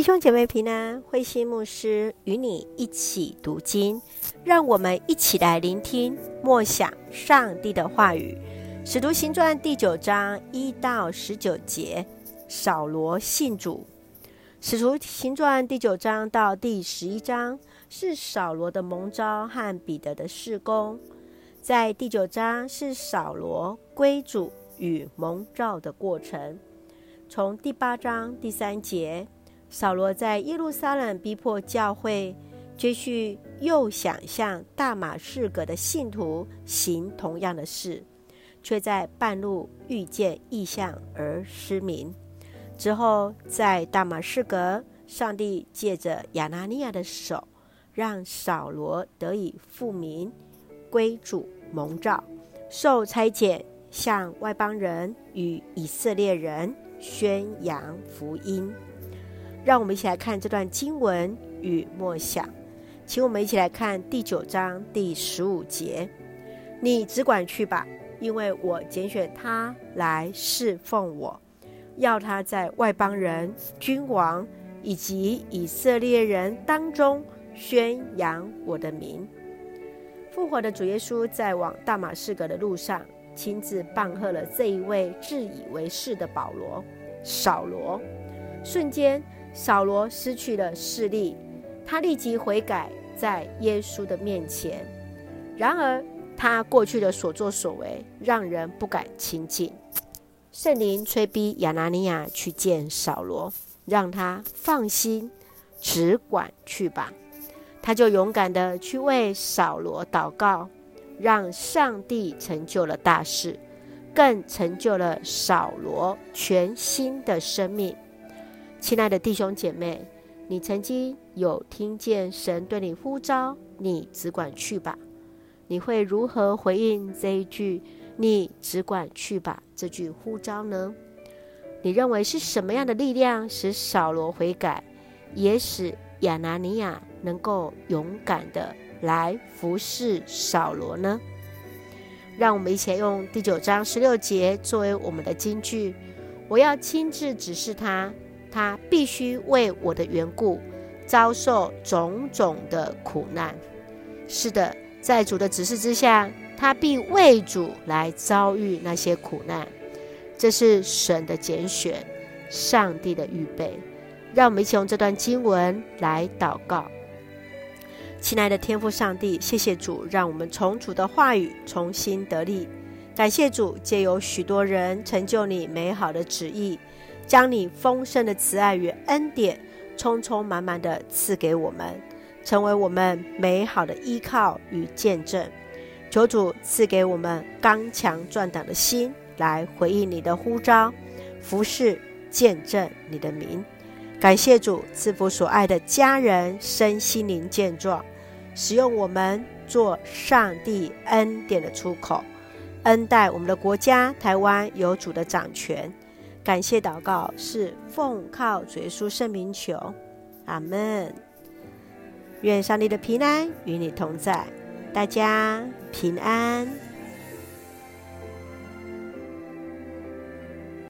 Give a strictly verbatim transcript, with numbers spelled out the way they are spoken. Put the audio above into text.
兄姐妹平安，慧馨牧师与你一起读经，让我们一起来聆听默想上帝的话语。使徒行传第九章一到十九节，扫罗信主。使徒行传第九章到第十一章是扫罗的蒙召和彼得的事工，在第九章是扫罗归主与蒙召的过程。从第八章第三节，扫罗在耶路撒冷逼迫教会，接续又想向大马士革的信徒行同样的事，却在半路遇见异象而失明。之后在大马士革，上帝借着亚拿尼亚的手，让扫罗得以复明归主蒙召，受差遣向外邦人与以色列人宣扬福音。让我们一起来看这段经文与默想。请我们一起来看第九章第十五节，你只管去吧，因为我拣选他来侍奉我，要他在外邦人、君王以及以色列人当中宣扬我的名。复活的主耶稣在往大马士革的路上，亲自棒喝了这一位自以为是的保罗扫罗。瞬间扫罗失去了视力，他立即悔改在耶稣的面前。然而他过去的所作所为让人不敢亲近。圣灵催逼亚拿尼亚去见扫罗，让他放心，只管去吧。他就勇敢地去为扫罗祷告，让上帝成就了大事，更成就了扫罗全新的生命。亲爱的弟兄姐妹，你曾经有听见神对你呼召，你只管去吧？你会如何回应这一句你只管去吧这句呼召呢？你认为是什么样的力量使扫罗悔改，也使亚拿尼亚能够勇敢的来服侍扫罗呢？让我们一起来用第九章十六节作为我们的金句。我要亲自指示他，他必须为我的缘故遭受种种的苦难。是的，在主的指示之下，他必为主来遭遇那些苦难。这是神的拣选，上帝的预备。让我们一起用这段经文来祷告。亲爱的天父上帝，谢谢主，让我们从主的话语重新得力。感谢主，藉由许多人成就你美好的旨意，将你丰盛的慈爱与恩典充充满满的赐给我们，成为我们美好的依靠与见证。求主赐给我们刚强壮胆的心，来回应你的呼召，服侍见证你的名。感谢主赐福所爱的家人身心灵健壮，使用我们做上帝恩典的出口，恩待我们的国家台湾有主的掌权。感谢祷告是奉靠主耶稣圣名求，阿们。愿上帝的平安与你同在，大家平安。